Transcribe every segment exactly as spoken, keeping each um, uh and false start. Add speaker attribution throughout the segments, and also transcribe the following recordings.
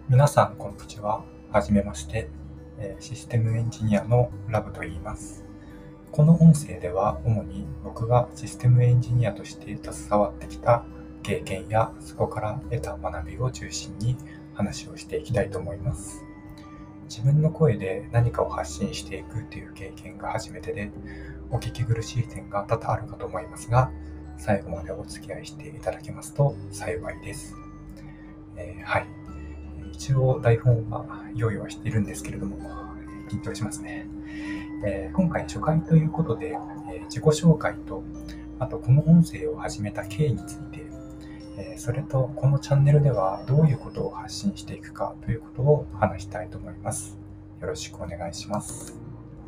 Speaker 1: 皆さんこんにちは。はじめまして。えーシステムエンジニアのラブと言います。この音声では主に僕がシステムエンジニアとして携わってきた経験やそこから得た学びを中心に話をしていきたいと思います。自分の声で何かを発信していくという経験が初めてで、お聞き苦しい点が多々あるかと思いますが、最後までお付き合いしていただけますと幸いです。えーはい。一応台本は用意はしているんですけれども、緊張しますね。えー今回初回ということで、えー自己紹介と、あとこの音声を始めた経緯について、えーそれとこのチャンネルではどういうことを発信していくかということを話したいと思います。よろしくお願いします。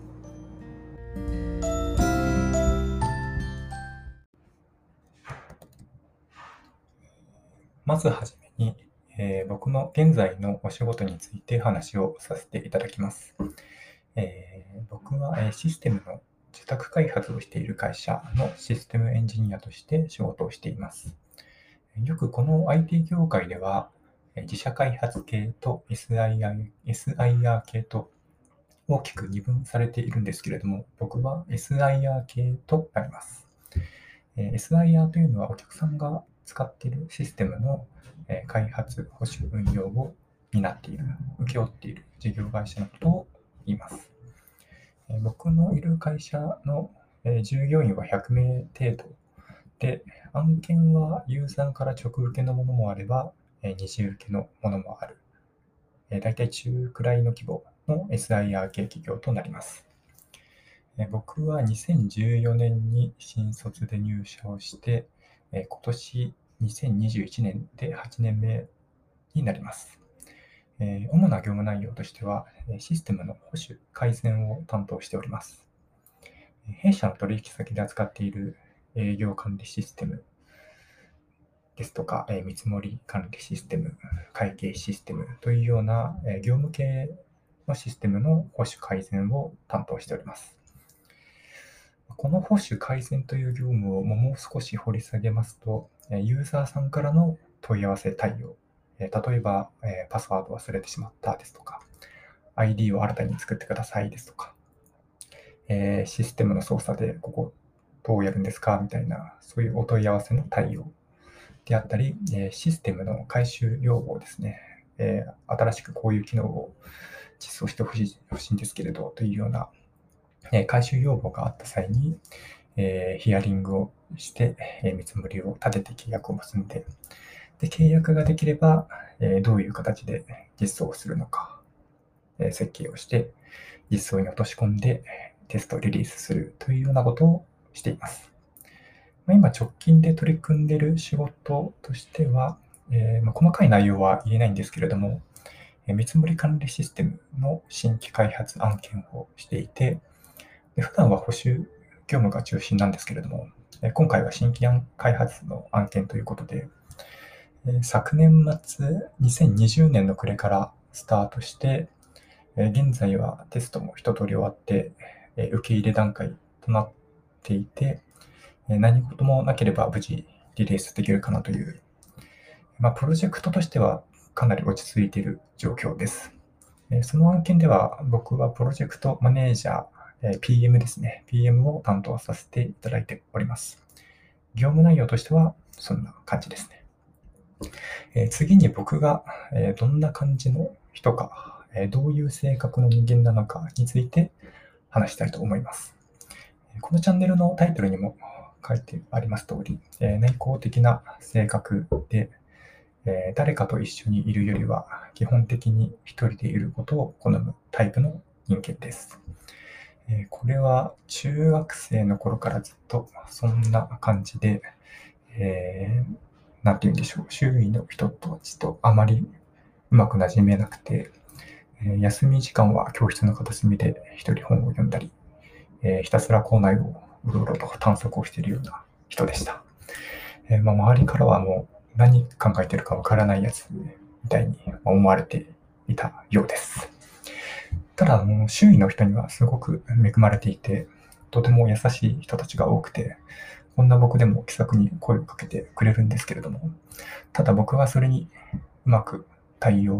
Speaker 1: まずはじめに、えー僕の現在のお仕事について話をさせていただきます。えー僕はえーシステムの受託開発をしている会社のシステムエンジニアとして仕事をしています。よくこの アイティー 業界では、えー自社開発系と エスアイアール、エスアイアール 系と大きく二分されているんですけれども、僕は エスアイアール 系となります。えー エスアイアール というのはお客さんが使っているシステムのえー開発、保守、運用を担っている、請け負っている事業会社のことを言います。えー僕のいる会社のえー従業員はひゃくめい程度で、案件はユーザーから直受けのものもあれば、えー二次受けのものもある。えー大体中くらいの規模の エスアイアール 系企業となります。えー僕はにせんじゅうよねんに新卒で入社をして、えー今年にせんにじゅういちねんではちねんめになります。えー主な業務内容としては、えーシステムの保守、改善を担当しております。弊社の取引先で扱っている営業管理システムですとか、えー見積もり管理システム、会計システムというような、えー業務系のシステムの保守改善を担当しております。この保守改善という業務をもう少し掘り下げますと、えーユーザーさんからの問い合わせ対応、えー例えば、えーパスワード忘れてしまったですとか、アイディー を新たに作ってくださいですとか、えーシステムの操作でここどうやるんですかみたいな、そういうお問い合わせの対応であったり、えーシステムの改修要望ですね。えー新しくこういう機能を実装してほしいほしいんですけれどというような、えー改修要望があった際に、えーヒアリングをして、えー見積もりを立てて契約を結んで、で契約ができれば、えーどういう形で実装をするのか、えー設計をして実装に落とし込んでテストをリリースするというようなことをしています。まあ今直近で取り組んでいる仕事としては、えーまあ細かい内容は言えないんですけれども、えー見積もり管理システムの新規開発案件をしていて、で普段は保守業務が中心なんですけれども、えー今回は新規案開発の案件ということで、えー昨年末、にせんにじゅうねんの暮れからスタートして、えー現在はテストも一通り終わって、えー受け入れ段階となっていて、えー何事もなければ無事リリースできるかなという、まあ、プロジェクトとしてはかなり落ち着いている状況です。えーその案件では僕はプロジェクトマネージャー、えー ピーエム ですね。ピーエム を担当させていただいております。業務内容としてはそんな感じですね。えー次に僕が、えーどんな感じの人か、えーどういう性格の人間なのかについて話したいと思います。このチャンネルのタイトルにも書いてあります通り、えー内向的な性格で、えー誰かと一緒にいるよりは基本的に一人でいることを好むタイプの人間です。えーこれは中学生の頃からずっとそんな感じで、えーなんて言うんでしょう、周囲の人たちとあまりうまく馴染めなくて、えー休み時間は教室の片隅で一人本を読んだり、えーひたすら校内をうろうろと探索をしているような人でした。えーまあ、周りからはもう何考えてるかわからないやつみたいに思われていたようです。ただ、あの周囲の人にはすごく恵まれていて、とても優しい人たちが多くて、こんな僕でも気さくに声をかけてくれるんですけれども、ただ僕はそれにうまく対応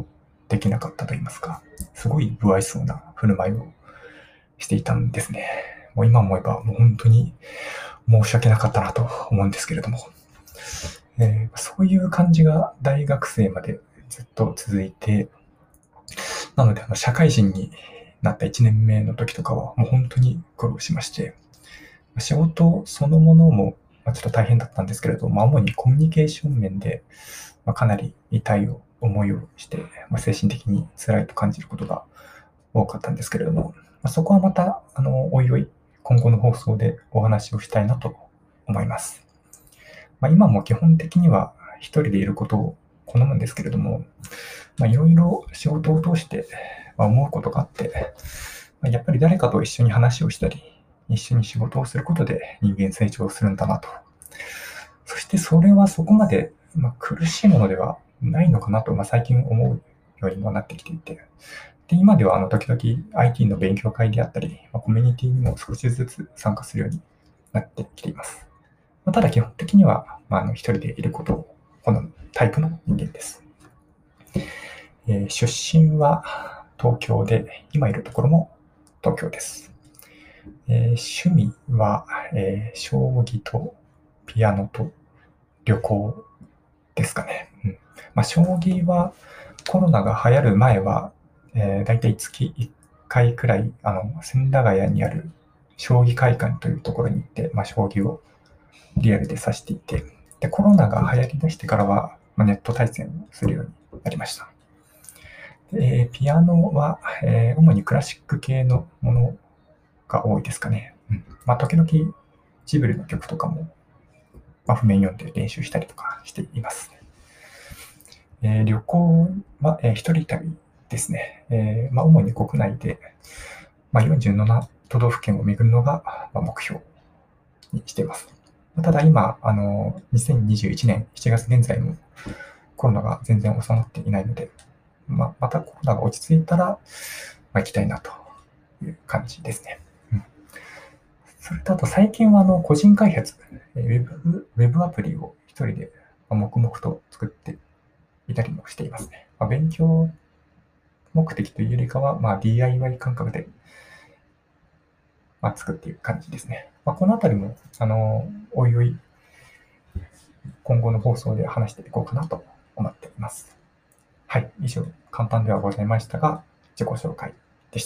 Speaker 1: できなかったと言いますか、すごい不愛想な振る舞いをしていたんですね。もう今思えばもう本当に申し訳なかったなと思うんですけれども、えーそういう感じが大学生までずっと続いて、なのであの社会人になったいちねんめの時とかはもう本当に苦労しまして、仕事そのものもまあちょっと大変だったんですけれど、まあ、主にコミュニケーション面でまあかなり痛い思いをして、まあ、精神的に辛いと感じることが多かったんですけれども、まあ、そこはまたあのおいおい今後の放送でお話をしたいなと思います。まあ、今も基本的には一人でいることを好むんですけれども、まあ、いろいろ仕事を通してまあ思うことがあって、まあやっぱり誰かと一緒に話をしたり、一緒に仕事をすることで人間成長するんだなと。そしてそれはそこまで、まあ、苦しいものではないのかなと、まあ、最近思うようにもなってきていて、で今ではあの時々 アイティー の勉強会であったり、まあ、コミュニティにも少しずつ参加するようになってきています。まあ、ただ基本的には、まあ、あの一人でいることを好むタイプの人間です。えー出身は東京で、今いるところも東京です。えー趣味は、えー将棋とピアノと旅行ですかね。うんまあ、将棋はコロナが流行る前は、えー、だいたい月いっかいくらい、あの、千駄ヶ谷にある将棋会館というところに行って、まあ、将棋をリアルで指していて、で、コロナが流行り出してからは、まあ、ネット対戦をするようになりました。で、えーピアノは、えー主にクラシック系のものが多いですかね。うんまあ、時々ジブリの曲とかも、まあ、譜面読んで練習したりとかしています。えー旅行は、えー一人旅ですね。えーまあ、主に国内で、まあ、よんじゅうなな都道府県を巡るのが、まあ、目標にしています。ただ今、あの、にせんにじゅういちねんしちがつ現在もコロナが全然収まっていないので、まあ、またコロナが落ち着いたら、まあ、行きたいなという感じですね。うんそれとあと最近はあの個人開発、えーウェブ、ウェブアプリを一人でまあ黙々と作っていたりもしていますね。まあ、勉強目的というよりかは、まあ、ディーアイワイ 感覚で、まあ、作っていく感じですね。まあ、このあたりも、あの、おいおい、今後の放送で話していこうかなと思っています。はい、以上、簡単ではございましたが、自己紹介でした。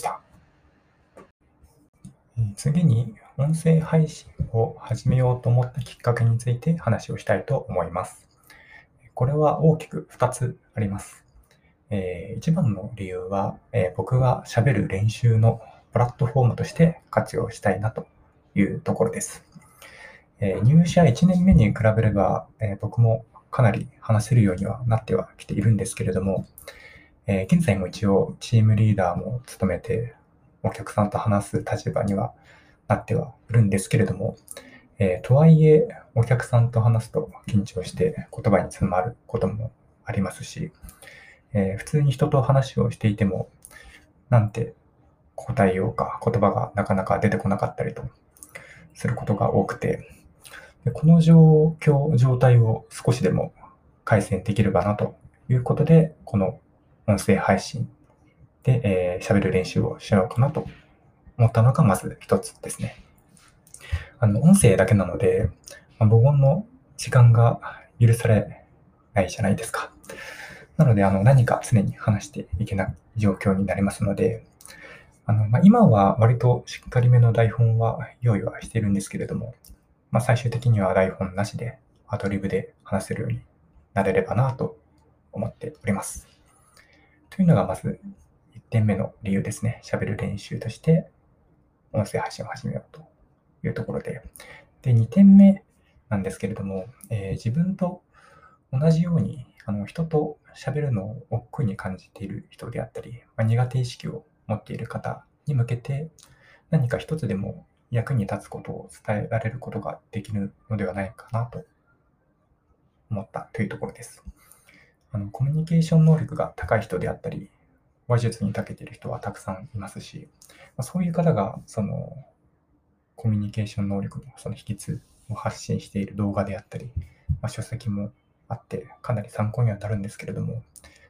Speaker 1: えー次に、音声配信を始めようと思ったきっかけについて話をしたいと思います。これは大きくふたつあります。えー一番の理由は、えー僕が喋る練習のプラットフォームとして活用したいなというところです。えー入社いちねんめに比べれば、えー僕もかなり話せるようにはなってはきているんですけれども、えー現在も一応チームリーダーも務めて、お客さんと話す立場にはなってはいるんですけれども、えーとはいえ、お客さんと話すと緊張して言葉に詰まることもありますし、えー普通に人と話をしていても、なんて答えようか、言葉がなかなか出てこなかったりとすることが多くて、でこの状況、状態を少しでも改善できればなということで、この音声配信で喋、えー喋る練習をしようかなと思ったのがまず一つですね。あの、音声だけなので、まあ無言の時間が許されないじゃないですか。なので、あの、何か常に話していけない状況になりますので、あの、まあ、今は割としっかりめの台本は用意はしているんですけれども、まあ、最終的には台本なしでアドリブで話せるようになれればなと思っております。というのがまずいってんめの理由ですね。喋る練習として音声配信を始めようというところで。で、にてんめなんですけれども、えー自分と同じようにあの人と喋るのを億劫に感じている人であったり、まあ、苦手意識を持っている方に向けて何か一つでも役に立つことを伝えられることができるのではないかなと思ったというところです。あのコミュニケーション能力が高い人であったり、話術に長けている人はたくさんいますし、まあそういう方がそのコミュニケーション能力のその秘訣を発信している動画であったり、まあ、書籍もあってかなり参考にはなるんですけれども、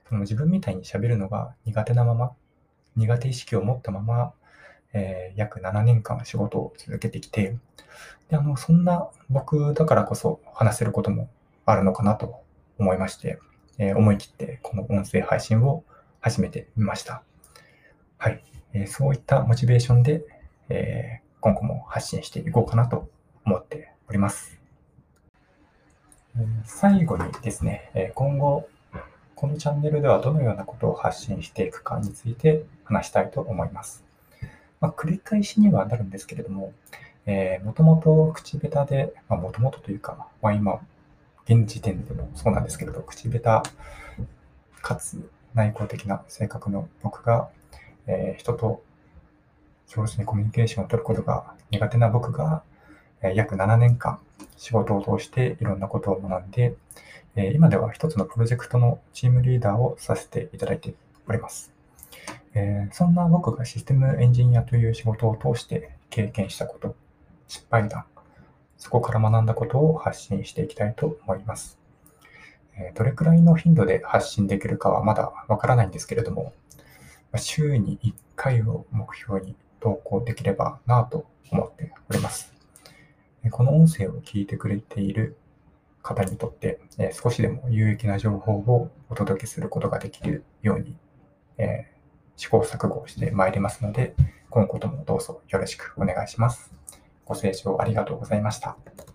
Speaker 1: その自分みたいに喋るのが苦手なまま、苦手意識を持ったまま、えー約ななねんかん仕事を続けてきて、で、あの、そんな僕だからこそ話せることもあるのかなと思いまして、えー思い切ってこの音声配信を始めてみました。はい。えーそういったモチベーションで、えー今後も発信していこうかなと思っております。えー最後にですね、えー今後、このチャンネルではどのようなことを発信していくかについて話したいと思います。まあ、繰り返しにはなるんですけれども、えー、もともと口下手で、まあ、もともとというか、まあ、今、現時点でもそうなんですけれど、口下手かつ内向的な性格の僕が、えー人と上手にコミュニケーションを取ることが苦手な僕が、えー約ななねんかん仕事を通していろんなことを学んで、えー今では一つのプロジェクトのチームリーダーをさせていただいております。えーそんな僕がシステムエンジニアという仕事を通して経験したこと、失敗談、そこから学んだことを発信していきたいと思います。えーどれくらいの頻度で発信できるかはまだわからないんですけれども、週にいっかいを目標に投稿できればなと思っております。えーこの音声を聞いてくれている方にとって、えー少しでも有益な情報をお届けすることができるように、えー試行錯誤してまいりますので、今後ともどうぞよろしくお願いします。ご清聴ありがとうございました。